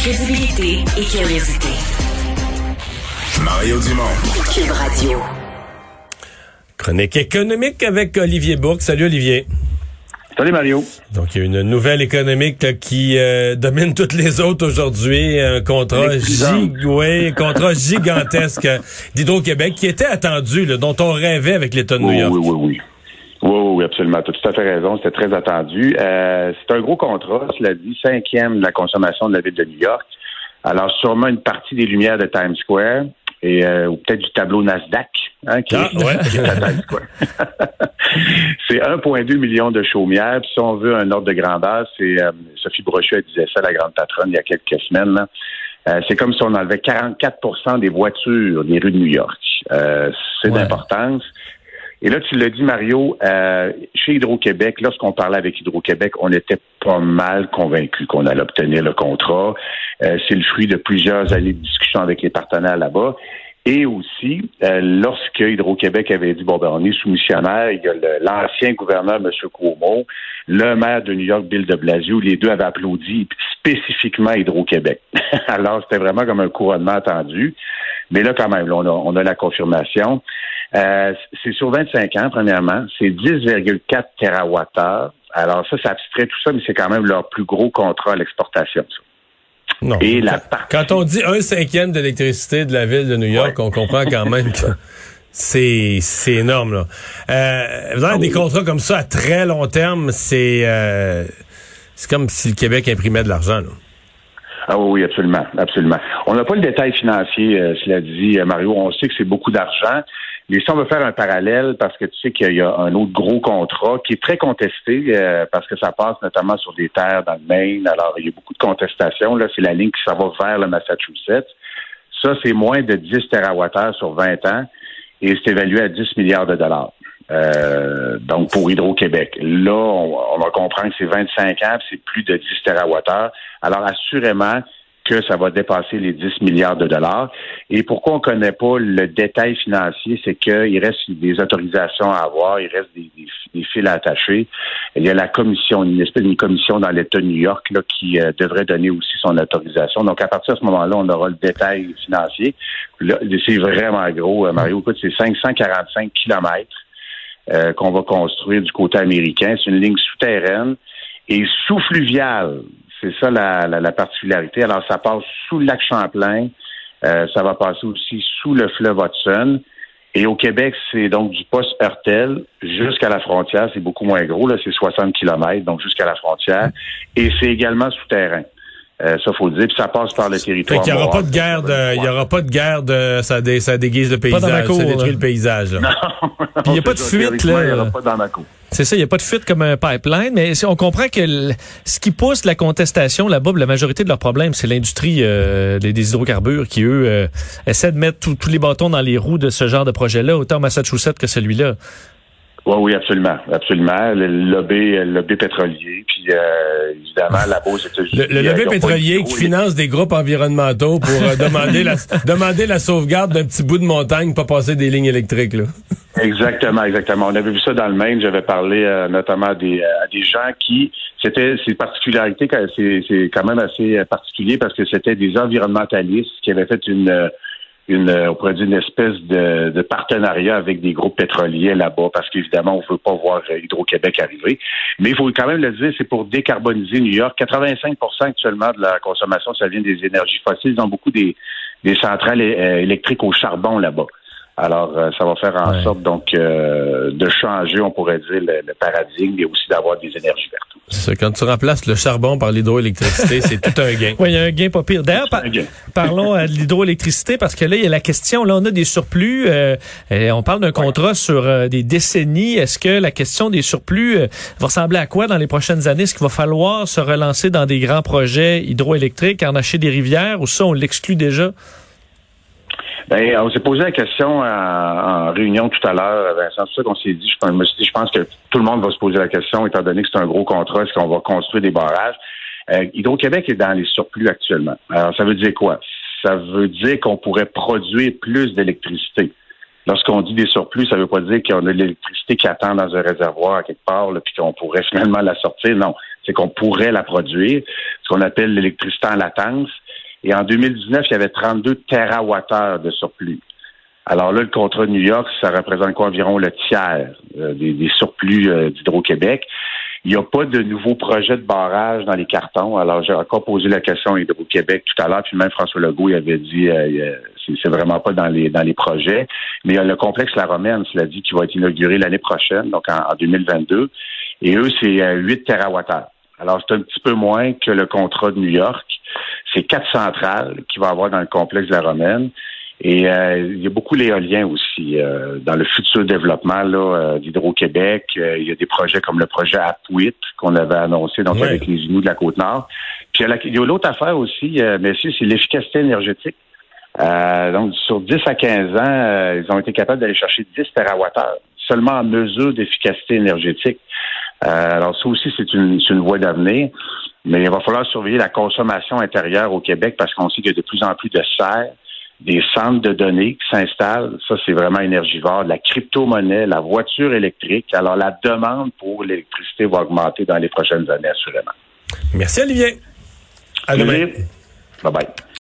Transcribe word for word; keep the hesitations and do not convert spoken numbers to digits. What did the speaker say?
Crédibilité et curiosité. Mario Dumont. Cube Radio. Chronique économique avec Olivier Bourque. Salut Olivier. Salut Mario. Donc il y a une nouvelle économique là, qui euh, domine toutes les autres aujourd'hui. Un contrat, gig... ouais, un contrat gigantesque d'Hydro-Québec qui était attendu, là, dont on rêvait avec l'État de New York. Oui, oui, oui. Oui, oui, oui, absolument. Tu as tout à fait raison. C'était très attendu. Euh, c'est un gros contrat, cela dit, cinquième de la consommation de la ville de New York. Alors, sûrement une partie des lumières de Times Square et euh, ou peut-être du tableau Nasdaq, hein, qui, ah, est, ouais. qui est à Times Square. C'est un virgule deux million de chaumières. Puis si on veut un ordre de grandeur, c'est euh, Sophie Brochu, elle disait ça, la grande patronne, il y a quelques semaines, là. Euh, c'est comme si on enlevait quarante-quatre pour cent des voitures des rues de New York. Euh, c'est ouais. d'importance. Et là, tu l'as dit, Mario, euh, chez Hydro-Québec, lorsqu'on parlait avec Hydro-Québec, on était pas mal convaincus qu'on allait obtenir le contrat. Euh, c'est le fruit de plusieurs années de discussion avec les partenaires là-bas. Et aussi, euh, lorsque Hydro-Québec avait dit, bon, ben, on est soumissionnaire, il y a le, l'ancien gouverneur, M. Cuomo, le maire de New York, Bill de Blasio, les deux avaient applaudi spécifiquement Hydro-Québec. Alors, c'était vraiment comme un couronnement attendu. Mais là, quand même, là, on, a, on a la confirmation. Euh, c'est sur vingt-cinq ans, premièrement. C'est dix virgule quatre térawattheures. Alors ça, ça abstrait tout ça, mais c'est quand même leur plus gros contrat à l'exportation, ça. Non. Et la quand, partie... quand on dit un cinquième de l'électricité de la ville de New York, ouais. on comprend quand même que c'est c'est énorme, là. Euh, vous avez ah, des oui. contrats comme ça à très long terme, c'est euh, c'est comme si le Québec imprimait de l'argent, là. Ah oui, absolument, absolument. On n'a pas le détail financier, euh, cela dit, Mario. On sait que c'est beaucoup d'argent. Mais si on veut faire un parallèle, parce que tu sais qu'il y a un autre gros contrat qui est très contesté, euh, parce que ça passe notamment sur des terres dans le Maine. Alors, il y a beaucoup de contestations. Là, c'est la ligne qui s'en va vers le Massachusetts. Ça, c'est moins de dix térawattheures sur vingt ans et c'est évalué à dix milliards de dollars. Euh, donc, pour Hydro-Québec. Là, on, on va comprendre que c'est vingt-cinq ans, c'est plus de dix térawattheures. Alors, assurément que ça va dépasser les dix milliards de dollars. Et pourquoi on ne connaît pas le détail financier, c'est qu'il reste des autorisations à avoir, il reste des, des, des fils à attacher. Il y a la commission, une espèce d'une commission dans l'État de New York là, qui euh, devrait donner aussi son autorisation. Donc, à partir de ce moment-là, on aura le détail financier. Là, c'est vraiment gros, Mario. Écoute, c'est cinq cent quarante-cinq kilomètres euh, qu'on va construire du côté américain. C'est une ligne souterraine et sous-fluviale. C'est ça la, la, la particularité. Alors, ça passe sous le lac Champlain. Euh, ça va passer aussi sous le fleuve Hudson. Et au Québec, c'est donc du poste Heurtel jusqu'à la frontière. C'est beaucoup moins gros, là, c'est soixante kilomètres, donc jusqu'à la frontière. Et c'est également souterrain. Euh, ça, faut le dire. Puis ça passe par le territoire. Fait qu'il n'y aura pas de guerre de, il y aura pas de guerre de, ça, dé, ça déguise le paysage. Pas dans la cour, ça détruit là. Le paysage. Là. Non. Il n'y a pas de fuite, là. Il n'y aura pas dans la cour. C'est ça, il n'y a pas de fuite comme un pipeline, mais on comprend que le, ce qui pousse la contestation là-bas, la majorité de leurs problèmes, c'est l'industrie euh, des, des hydrocarbures qui, eux, euh, essaient de mettre tous les bâtons dans les roues de ce genre de projet-là, autant au Massachusetts que celui-là. Oui, oui, absolument, absolument. Le lobby, le lobby pétrolier, puis euh, évidemment, là-bas aux États-Unis. Le, le lobby pétrolier qui finance des groupes environnementaux pour euh, demander la demander la sauvegarde d'un petit bout de montagne, pas passer des lignes électriques, là. Exactement, exactement. On avait vu ça dans le Maine. J'avais parlé euh, notamment à des, à des gens qui, c'était, c'est particularité, c'est, c'est quand même assez particulier parce que c'était des environnementalistes qui avaient fait une, une, on pourrait dire une espèce de, de partenariat avec des groupes pétroliers là-bas parce qu'évidemment, on veut pas voir Hydro-Québec arriver. Mais il faut quand même le dire, c'est pour décarboniser New York. quatre-vingt-cinq pour cent actuellement de la consommation, ça vient des énergies fossiles. Ils ont beaucoup des, des centrales électriques au charbon là-bas. Alors, euh, ça va faire en ouais. sorte donc euh, de changer, on pourrait dire, le, le paradigme et aussi d'avoir des énergies vertes. C'est ça, quand tu remplaces le charbon par l'hydroélectricité, c'est tout un gain. Oui, il y a un gain pas pire. D'ailleurs, par, parlons euh, de l'hydroélectricité parce que là, il y a la question, là, on a des surplus, euh, et on parle d'un contrat ouais. sur euh, des décennies. Est-ce que la question des surplus euh, va ressembler à quoi dans les prochaines années? Est-ce qu'il va falloir se relancer dans des grands projets hydroélectriques, en acheter des rivières ou ça, on l'exclut déjà? Ben, on s'est posé la question en, en réunion tout à l'heure, Vincent. C'est ça qu'on s'est dit. Je, me suis dit, je pense que tout le monde va se poser la question, étant donné que c'est un gros contrat, est-ce qu'on va construire des barrages? Euh, Hydro-Québec est dans les surplus actuellement. Alors, ça veut dire quoi? Ça veut dire qu'on pourrait produire plus d'électricité. Lorsqu'on dit des surplus, ça veut pas dire qu'on a de l'électricité qui attend dans un réservoir à quelque part, là, puis qu'on pourrait finalement la sortir. Non. c'est qu'on pourrait la produire, ce qu'on appelle l'électricité en latence. Et en deux mille dix-neuf, il y avait trente-deux térawattheures de surplus. Alors là, le contrat de New York, ça représente quoi, environ le tiers euh, des, des surplus euh, d'Hydro-Québec. Il n'y a pas de nouveaux projets de barrage dans les cartons. Alors, j'ai encore posé la question à Hydro-Québec tout à l'heure, puis même François Legault il avait dit euh, c'est, c'est vraiment pas dans les dans les projets. Mais il y a le complexe La Romaine, cela dit, qui va être inauguré l'année prochaine, donc en, en deux mille vingt-deux. Et eux, c'est euh, huit térawattheures. Alors, c'est un petit peu moins que le contrat de New York. C'est quatre centrales qu'il va y avoir dans le complexe de La Romaine. Et euh, il y a beaucoup l'éolien aussi euh, dans le futur développement là, euh, d'Hydro-Québec. Euh, il y a des projets comme le projet Apuit qu'on avait annoncé donc ouais. avec les Inuits de la Côte-Nord. Puis il y a, la, il y a l'autre affaire aussi, euh, messieurs, c'est l'efficacité énergétique. Euh, donc sur dix à quinze ans, euh, ils ont été capables d'aller chercher dix térawattheures seulement en mesure d'efficacité énergétique. Euh, alors ça aussi, c'est une, c'est une voie d'avenir. Mais il va falloir surveiller la consommation intérieure au Québec parce qu'on sait qu'il y a de plus en plus de serres, des centres de données qui s'installent. Ça, c'est vraiment énergivore. La crypto-monnaie, la voiture électrique. Alors, la demande pour l'électricité va augmenter dans les prochaines années, assurément. Merci, Olivier. À demain. Bye-bye.